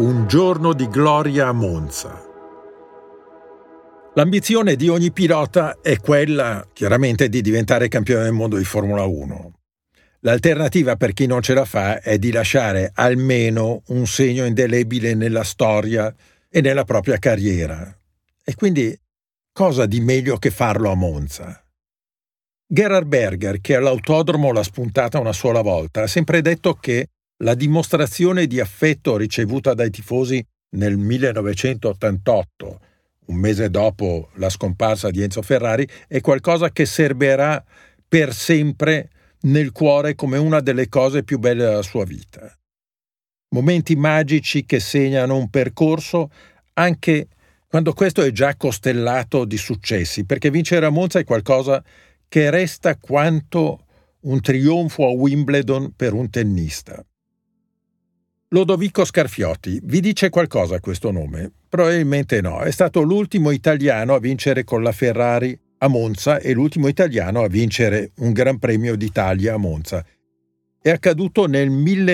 Un giorno di gloria a Monza. L'ambizione di ogni pilota è quella, chiaramente, di diventare campione del mondo di Formula 1. L'alternativa per chi non ce la fa è di lasciare almeno un segno indelebile nella storia e nella propria carriera. E quindi cosa di meglio che farlo a Monza? Gerhard Berger, che all'autodromo l'ha spuntata una sola volta, ha sempre detto che la dimostrazione di affetto ricevuta dai tifosi nel 1988, un mese dopo la scomparsa di Enzo Ferrari, è qualcosa che serberà per sempre nel cuore come una delle cose più belle della sua vita. Momenti magici che segnano un percorso anche quando questo è già costellato di successi, perché vincere a Monza è qualcosa che resta quanto un trionfo a Wimbledon per un tennista. Lodovico Scarfiotti, vi dice qualcosa questo nome? Probabilmente no, è stato l'ultimo italiano a vincere con la Ferrari a Monza e l'ultimo italiano a vincere un Gran Premio d'Italia a Monza. È accaduto nel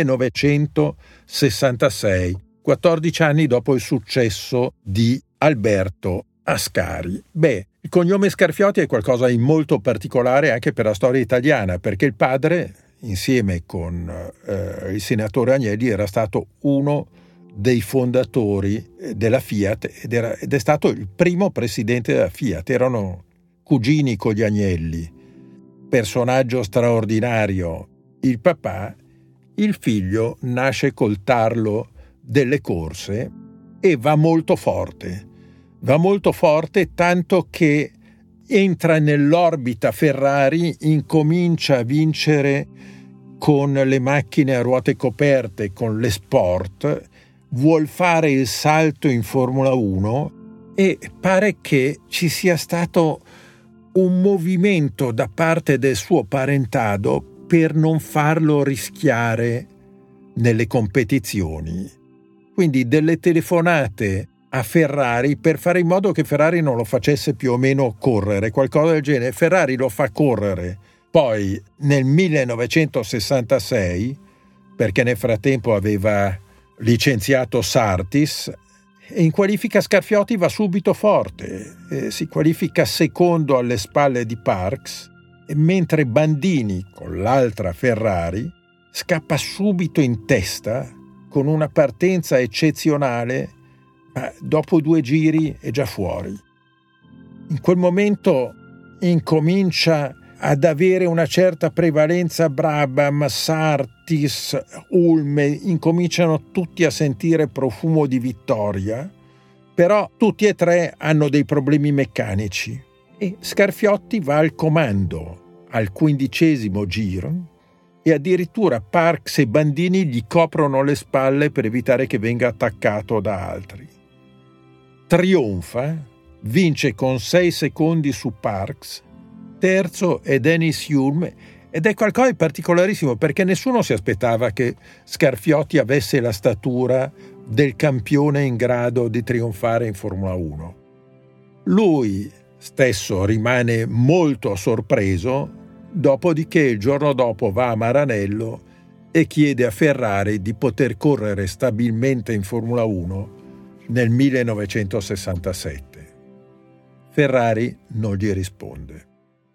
1966, 14 anni dopo il successo di Alberto Ascari. Il cognome Scarfiotti è qualcosa di molto particolare anche per la storia italiana, perché il padre, insieme con il senatore Agnelli, era stato uno dei fondatori della Fiat ed è stato il primo presidente della Fiat. Erano cugini con gli Agnelli. Personaggio straordinario il papà. Il figlio nasce col tarlo delle corse e va molto forte tanto che entra nell'orbita Ferrari, incomincia a vincere con le macchine a ruote coperte, con le sport, vuol fare il salto in Formula 1 e pare che ci sia stato un movimento da parte del suo parentado per non farlo rischiare nelle competizioni. Quindi delle telefonate a Ferrari per fare in modo che Ferrari non lo facesse più o meno correre, qualcosa del genere. Ferrari lo fa correre. Poi nel 1966, perché nel frattempo aveva licenziato Surtees, in qualifica Scarfiotti va subito forte, si qualifica secondo alle spalle di Parks, mentre Bandini, con l'altra Ferrari, scappa subito in testa con una partenza eccezionale, ma dopo 2 giri è già fuori. In quel momento incomincia ad avere una certa prevalenza Brabham, Surtees, Ulme, incominciano tutti a sentire profumo di vittoria, però tutti e 3 hanno dei problemi meccanici e Scarfiotti va al comando al 15° giro e addirittura Parks e Bandini gli coprono le spalle per evitare che venga attaccato da altri. Trionfa, vince con 6 secondi su Parks, terzo è Dennis Hulme, ed è qualcosa di particolarissimo perché nessuno si aspettava che Scarfiotti avesse la statura del campione in grado di trionfare in Formula 1. Lui stesso rimane molto sorpreso, dopodiché il giorno dopo va a Maranello e chiede a Ferrari di poter correre stabilmente in Formula 1 nel 1967. Ferrari non gli risponde.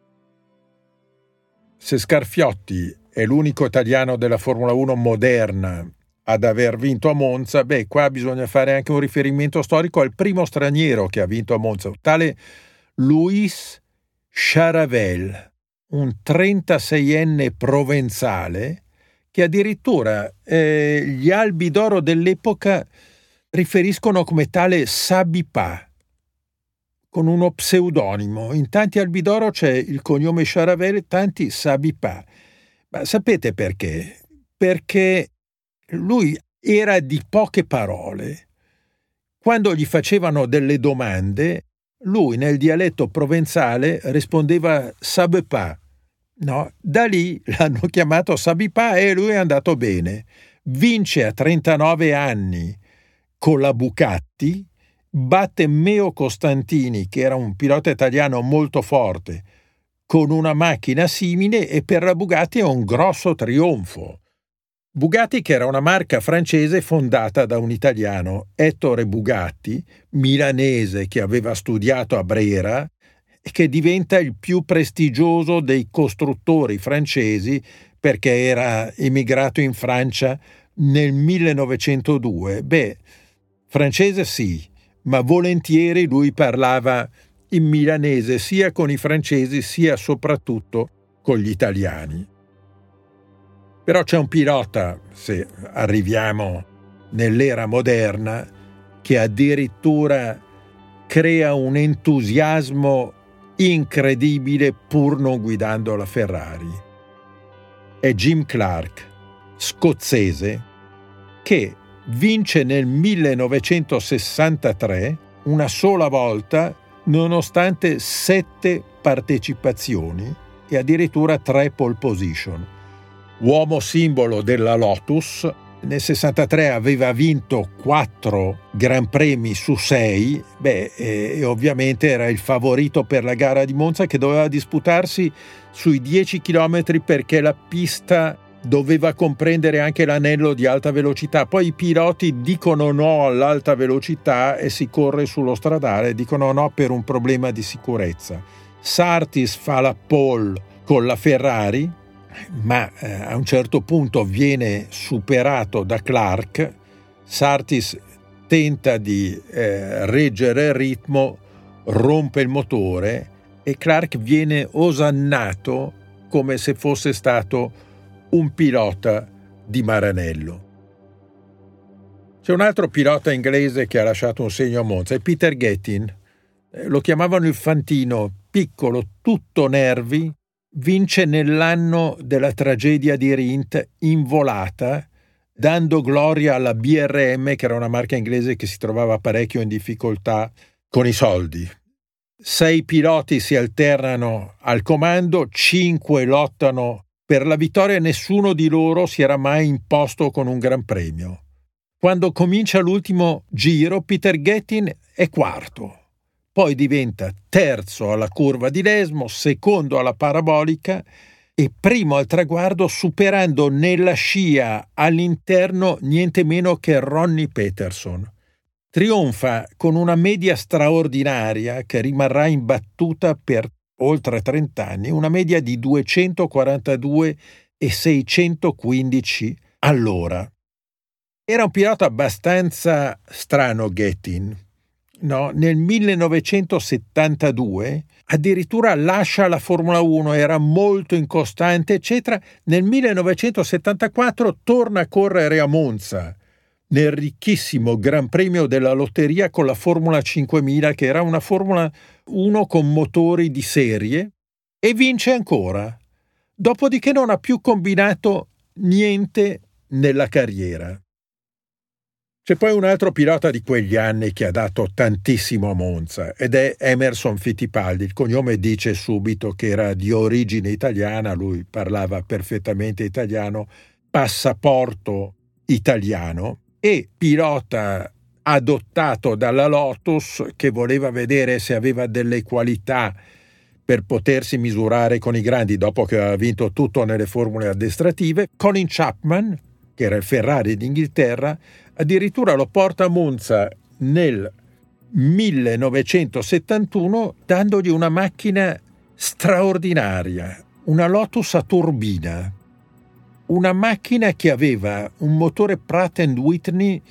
Se Scarfiotti è l'unico italiano della Formula 1 moderna ad aver vinto a Monza, qua bisogna fare anche un riferimento storico al primo straniero che ha vinto a Monza, tale Luis Charavel, un 36enne provenzale che addirittura gli albi d'oro dell'epoca riferiscono come tale Sabipa, con uno pseudonimo. In tanti albi d'oro c'è il cognome Charavel, tanti Sabipa. Ma sapete perché? Perché lui era di poche parole. Quando gli facevano delle domande, lui nel dialetto provenzale rispondeva Sabipa. No, da lì l'hanno chiamato Sabipa e lui è andato bene. Vince a 39 anni con la Bucatti, batte Meo Costantini, che era un pilota italiano molto forte, con una macchina simile, e per la Bugatti è un grosso trionfo. Bugatti, che era una marca francese fondata da un italiano, Ettore Bugatti, milanese che aveva studiato a Brera e che diventa il più prestigioso dei costruttori francesi perché era emigrato in Francia nel 1902. Francese sì, ma volentieri lui parlava in milanese sia con i francesi sia soprattutto con gli italiani. Però c'è un pilota, se arriviamo nell'era moderna, che addirittura crea un entusiasmo incredibile pur non guidando la Ferrari. È Jim Clark, scozzese, che vince nel 1963 una sola volta nonostante 7 partecipazioni e addirittura 3 pole position. Uomo simbolo della Lotus, nel 63 aveva vinto 4 Gran Premi su 6, e ovviamente era il favorito per la gara di Monza che doveva disputarsi sui 10 km perché la pista doveva comprendere anche l'anello di alta velocità. Poi i piloti dicono no all'alta velocità e si corre sullo stradale, dicono no per un problema di sicurezza. Surtees fa la pole con la Ferrari, ma a un certo punto viene superato da Clark. Surtees tenta di reggere il ritmo, rompe il motore e Clark viene osannato come se fosse stato un pilota di Maranello. C'è un altro pilota inglese che ha lasciato un segno a Monza, è Peter Gethin. Lo chiamavano il Fantino, piccolo, tutto nervi, vince nell'anno della tragedia di Rindt in volata, dando gloria alla BRM, che era una marca inglese che si trovava parecchio in difficoltà con i soldi. 6 piloti si alternano al comando, 5 lottano per la vittoria e nessuno di loro si era mai imposto con un gran premio. Quando comincia l'ultimo giro, Peter Gethin è quarto. Poi diventa terzo alla curva di Lesmo, secondo alla parabolica e primo al traguardo, superando nella scia all'interno niente meno che Ronnie Peterson. Trionfa con una media straordinaria che rimarrà imbattuta per oltre 30 anni, una media di 242,615 all'ora. Era un pilota abbastanza strano Gethin. No, nel 1972 addirittura lascia la Formula 1, era molto incostante, eccetera. Nel 1974 torna a correre a Monza, nel ricchissimo Gran Premio della Lotteria con la Formula 5000, che era una Formula 1 con motori di serie, e vince ancora. Dopodiché non ha più combinato niente nella carriera. C'è poi un altro pilota di quegli anni che ha dato tantissimo a Monza ed è Emerson Fittipaldi. Il cognome dice subito che era di origine italiana, lui parlava perfettamente italiano, passaporto italiano e pilota adottato dalla Lotus che voleva vedere se aveva delle qualità per potersi misurare con i grandi dopo che aveva vinto tutto nelle formule addestrative. Colin Chapman, che era il Ferrari d'Inghilterra, addirittura lo porta a Monza nel 1971 dandogli una macchina straordinaria, una Lotus a turbina, una macchina che aveva un motore Pratt & Whitney,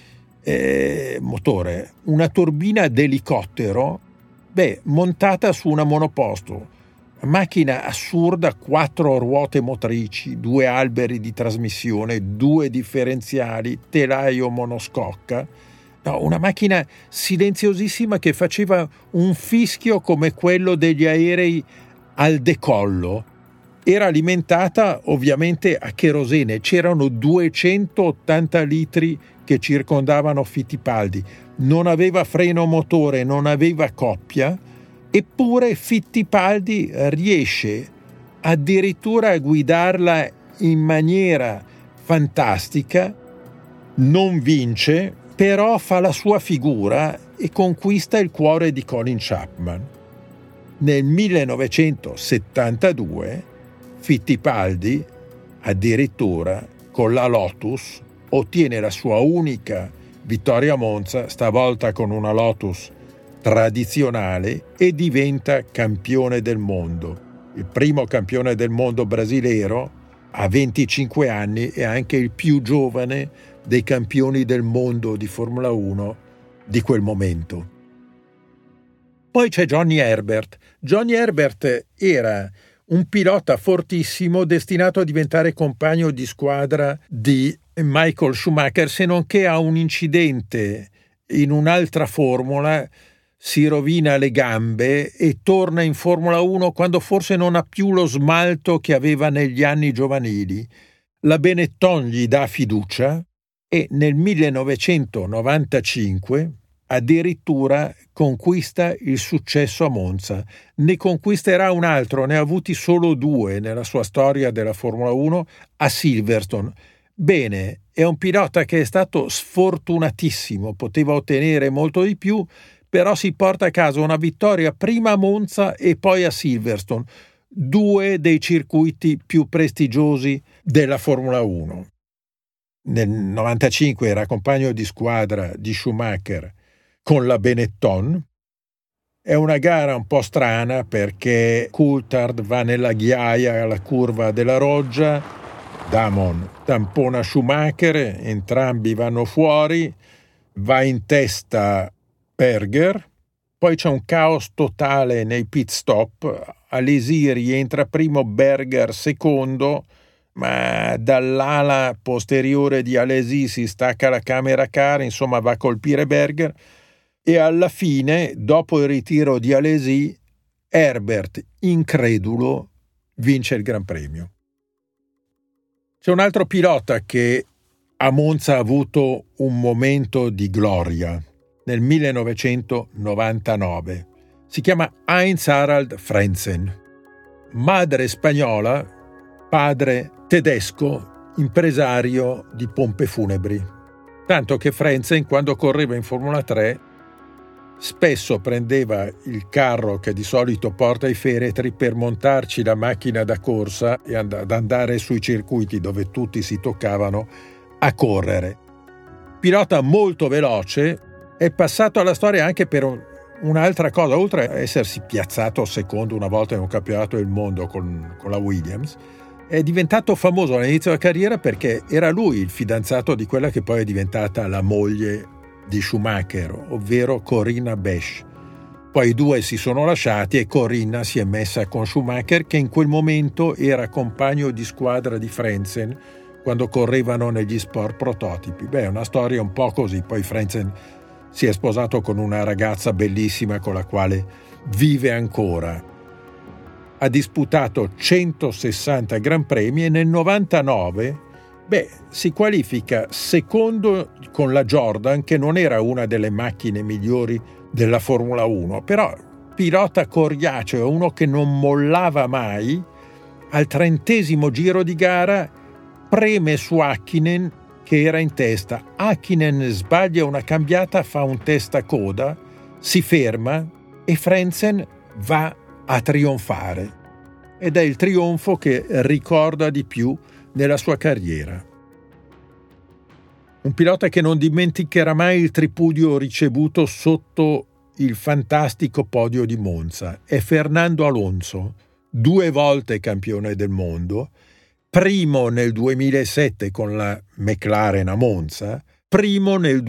una turbina d'elicottero, montata su una monoposto. Macchina assurda, 4 ruote motrici, 2 alberi di trasmissione, 2 differenziali, telaio monoscocca. No, una macchina silenziosissima che faceva un fischio come quello degli aerei al decollo. Era alimentata ovviamente a cherosene, c'erano 280 litri che circondavano Fittipaldi. Non aveva freno motore, non aveva coppia. Eppure Fittipaldi riesce addirittura a guidarla in maniera fantastica, non vince, però fa la sua figura e conquista il cuore di Colin Chapman. Nel 1972 Fittipaldi addirittura con la Lotus, ottiene la sua unica vittoria a Monza, stavolta con una Lotus tradizionale, e diventa campione del mondo. Il primo campione del mondo brasilero, a 25 anni, e anche il più giovane dei campioni del mondo di Formula 1 di quel momento. Poi c'è Johnny Herbert. Johnny Herbert era un pilota fortissimo destinato a diventare compagno di squadra di Michael Schumacher, se non che ha un incidente in un'altra formula, si rovina le gambe e torna in Formula 1 quando forse non ha più lo smalto che aveva negli anni giovanili. La Benetton gli dà fiducia e nel 1995 addirittura conquista il successo a Monza. Ne conquisterà un altro, ne ha avuti solo 2 nella sua storia della Formula 1, a Silverstone. Bene, è un pilota che è stato sfortunatissimo, poteva ottenere molto di più, però si porta a casa una vittoria prima a Monza e poi a Silverstone, 2 dei circuiti più prestigiosi della Formula 1. Nel 95 era compagno di squadra di Schumacher con la Benetton. È una gara un po' strana perché Coulthard va nella ghiaia alla curva della Roggia, Damon tampona Schumacher, entrambi vanno fuori, va in testa Berger, poi c'è un caos totale nei pit stop, Alesi rientra primo, Berger secondo, ma dall'ala posteriore di Alesi si stacca la camera car, insomma va a colpire Berger, e alla fine, dopo il ritiro di Alesi, Herbert, incredulo, vince il Gran Premio. C'è un altro pilota che a Monza ha avuto un momento di gloria nel 1999. Si chiama Heinz-Harald Frentzen. Madre spagnola, padre tedesco, impresario di pompe funebri. Tanto che Frentzen, quando correva in Formula 3, spesso prendeva il carro che di solito porta i feretri per montarci la macchina da corsa e ad andare sui circuiti dove tutti si toccavano a correre. Pilota molto veloce, è passato alla storia anche per un'altra cosa, oltre a essersi piazzato secondo una volta in un campionato del mondo con la Williams. È diventato famoso all'inizio della carriera perché era lui il fidanzato di quella che poi è diventata la moglie di Schumacher, ovvero Corinna Besch. Poi i due si sono lasciati e Corinna si è messa con Schumacher, che in quel momento era compagno di squadra di Frentzen quando correvano negli sport prototipi. È una storia un po' così. Poi Frentzen si è sposato con una ragazza bellissima con la quale vive ancora. Ha disputato 160 Gran Premi e nel 99 si qualifica secondo con la Jordan, che non era una delle macchine migliori della Formula 1, però pilota coriaceo, uno che non mollava mai. Al 30° giro di gara preme su Häkkinen, che era in testa. Häkkinen sbaglia una cambiata, fa un testa-coda, si ferma e Frentzen va a trionfare. Ed è il trionfo che ricorda di più nella sua carriera. Un pilota che non dimenticherà mai il tripudio ricevuto sotto il fantastico podio di Monza è Fernando Alonso, 2 volte campione del mondo, primo nel 2007 con la McLaren a Monza, primo nel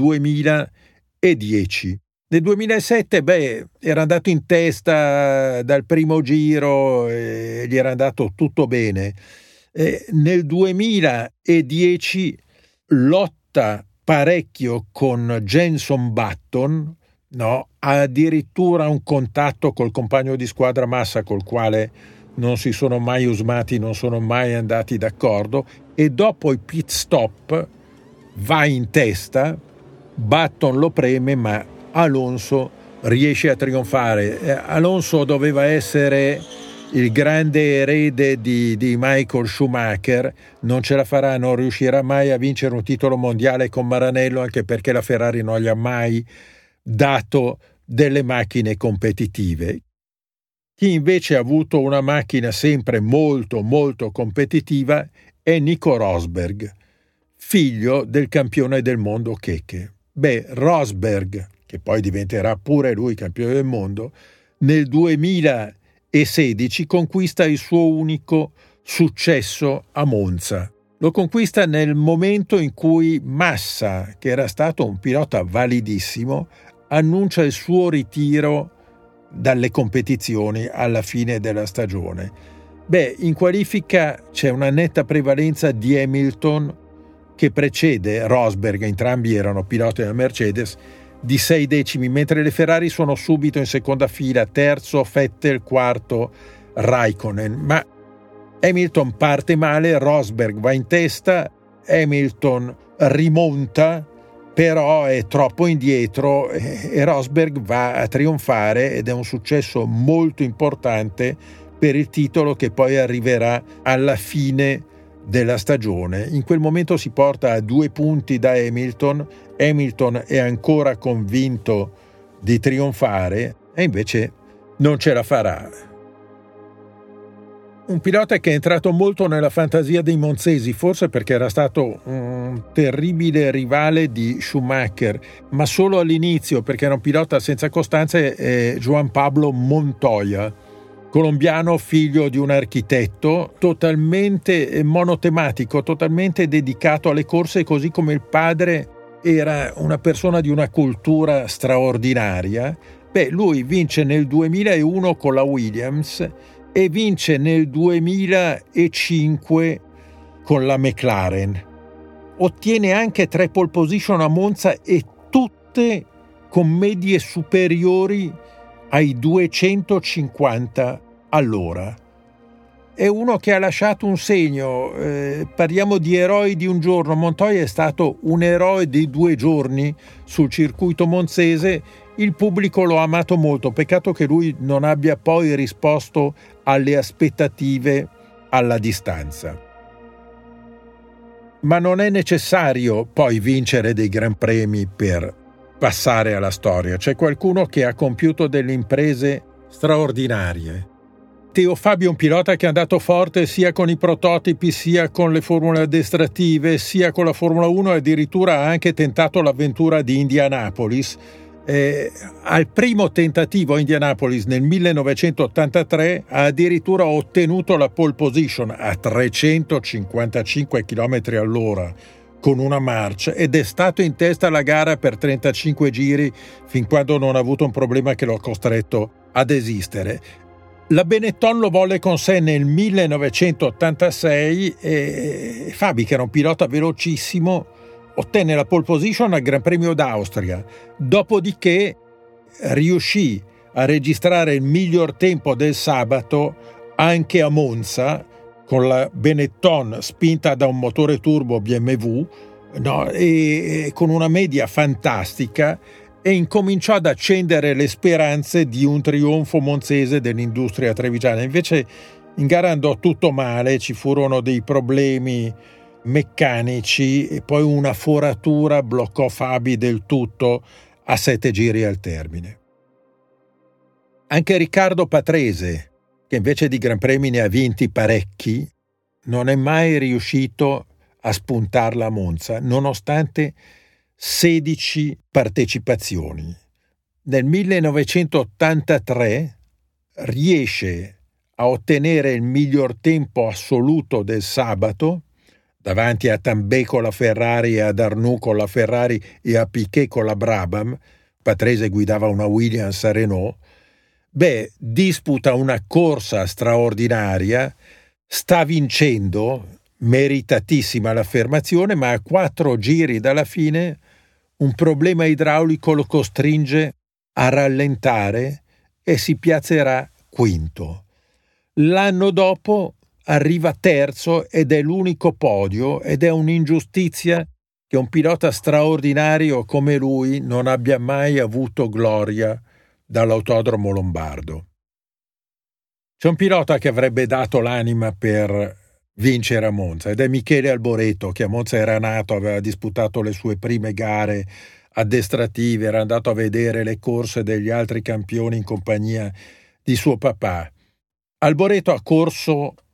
2010. Nel 2007 era andato in testa dal primo giro e gli era andato tutto bene. Nel 2010 lotta parecchio con Jenson Button, ha addirittura un contatto col compagno di squadra Massa, col quale non si sono mai usmati, non sono mai andati d'accordo, e dopo i pit stop va in testa, Button lo preme, ma Alonso riesce a trionfare. Alonso doveva essere il grande erede di Michael Schumacher, non ce la farà, non riuscirà mai a vincere un titolo mondiale con Maranello, anche perché la Ferrari non gli ha mai dato delle macchine competitive. Chi invece ha avuto una macchina sempre molto molto competitiva è Nico Rosberg. figlio del campione del mondo Keke. Rosberg, che poi diventerà pure lui campione del mondo, nel 2016 conquista il suo unico successo a Monza. Lo conquista nel momento in cui Massa, che era stato un pilota validissimo, annuncia il suo ritiro dalle competizioni alla fine della stagione. In qualifica c'è una netta prevalenza di Hamilton che precede Rosberg, entrambi erano piloti della Mercedes, di 6 decimi, mentre le Ferrari sono subito in seconda fila, terzo Vettel, quarto Raikkonen. Ma Hamilton parte male, Rosberg va in testa, Hamilton rimonta, però è troppo indietro e Rosberg va a trionfare ed è un successo molto importante per il titolo che poi arriverà alla fine della stagione. In quel momento si porta a 2 punti da Hamilton è ancora convinto di trionfare e invece non ce la farà. Un pilota che è entrato molto nella fantasia dei monzesi, forse perché era stato un terribile rivale di Schumacher, ma solo all'inizio, perché era un pilota senza costanza, è Juan Pablo Montoya, colombiano, figlio di un architetto, totalmente monotematico, totalmente dedicato alle corse, così come il padre era una persona di una cultura straordinaria. Lui vince nel 2001 con la Williams e vince nel 2005 con la McLaren. Ottiene anche 3 pole position a Monza e tutte con medie superiori ai 250 all'ora. È uno che ha lasciato un segno. Parliamo di eroi di un giorno. Montoya è stato un eroe di 2 giorni sul circuito monzese. Il pubblico lo ha amato molto, peccato che lui non abbia poi risposto alle aspettative alla distanza. Ma non è necessario poi vincere dei gran premi per passare alla storia. C'è qualcuno che ha compiuto delle imprese straordinarie. Teo Fabi è un pilota che è andato forte sia con i prototipi, sia con le formule addestrative, sia con la Formula 1 e addirittura ha anche tentato l'avventura di Indianapolis. Al primo tentativo a Indianapolis nel 1983 ha addirittura ottenuto la pole position a 355 km all'ora con una marcia ed è stato in testa alla gara per 35 giri fin quando non ha avuto un problema che lo ha costretto a desistere. La Benetton lo volle con sé nel 1986 e Fabi, che era un pilota velocissimo, ottenne la pole position al Gran Premio d'Austria, dopodiché riuscì a registrare il miglior tempo del sabato anche a Monza con la Benetton spinta da un motore turbo BMW, e con una media fantastica, e incominciò ad accendere le speranze di un trionfo monzese dell'industria trevigiana. Invece in gara andò tutto male, ci furono dei problemi meccanici e poi una foratura bloccò Fabi del tutto a 7 giri al termine. Anche Riccardo Patrese, che invece di Gran Premi ne ha vinti parecchi, non è mai riuscito a spuntarla a Monza, nonostante 16 partecipazioni. Nel 1983 riesce a ottenere il miglior tempo assoluto del sabato davanti a Tambay con la Ferrari e ad Arnoux con la Ferrari e a Piquet con la Brabham. Patrese guidava una Williams a Renault. Disputa una corsa straordinaria, sta vincendo, meritatissima l'affermazione, ma a 4 giri dalla fine un problema idraulico lo costringe a rallentare e si piazzerà quinto. L'anno dopo arriva terzo ed è l'unico podio, ed è un'ingiustizia che un pilota straordinario come lui non abbia mai avuto gloria dall'Autodromo Lombardo. C'è un pilota che avrebbe dato l'anima per vincere a Monza ed è Michele Alboreto, che a Monza era nato, aveva disputato le sue prime gare addestrative, era andato a vedere le corse degli altri campioni in compagnia di suo papà. Alboreto ha corso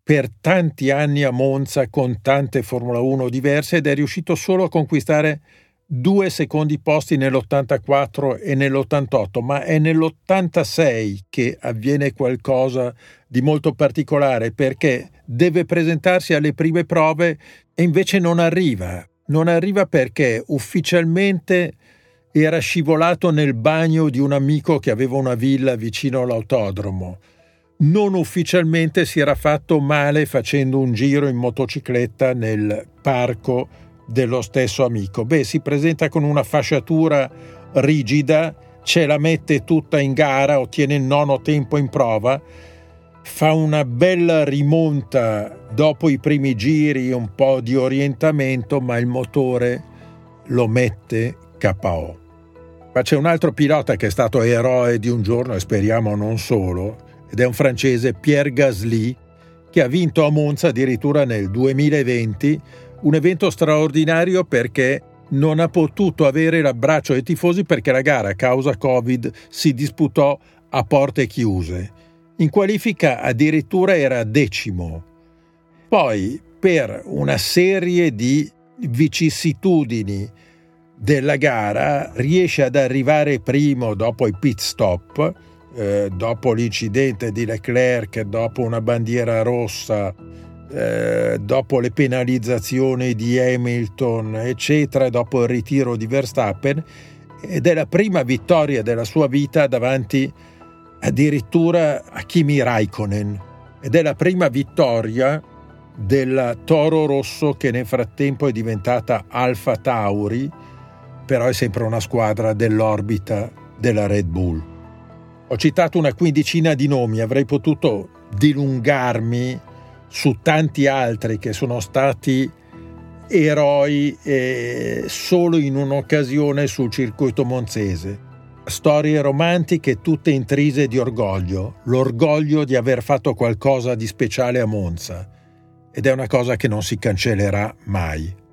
per tanti anni a Monza con tante Formula 1 diverse ed è riuscito solo a conquistare 2 secondi posti nell'84 e nell'88, ma è nell'86 che avviene qualcosa di molto particolare, perché deve presentarsi alle prime prove e invece non arriva. Non arriva perché ufficialmente era scivolato nel bagno di un amico che aveva una villa vicino all'autodromo. Non ufficialmente si era fatto male facendo un giro in motocicletta nel parco dello stesso amico. Si presenta con una fasciatura rigida, ce la mette tutta in gara, ottiene il 9° tempo in prova, fa una bella rimonta dopo i primi giri, un po' di orientamento, ma il motore lo mette KO. Ma c'è un altro pilota che è stato eroe di un giorno e speriamo non solo, ed è un francese, Pierre Gasly, che ha vinto a Monza addirittura nel 2020, un evento straordinario perché non ha potuto avere l'abbraccio dei tifosi perché la gara, a causa Covid, si disputò a porte chiuse. In qualifica addirittura era 10º. Poi, per una serie di vicissitudini della gara, riesce ad arrivare primo dopo i pit stop, dopo l'incidente di Leclerc, dopo una bandiera rossa, dopo le penalizzazioni di Hamilton, eccetera, dopo il ritiro di Verstappen, ed è la prima vittoria della sua vita davanti addirittura a Kimi Räikkönen, ed è la prima vittoria della Toro Rosso, che nel frattempo è diventata Alfa Tauri, però è sempre una squadra dell'orbita della Red Bull. Ho citato una quindicina di nomi, avrei potuto dilungarmi su tanti altri che sono stati eroi solo in un'occasione sul circuito monzese. Storie romantiche tutte intrise di orgoglio, l'orgoglio di aver fatto qualcosa di speciale a Monza, ed è una cosa che non si cancellerà mai.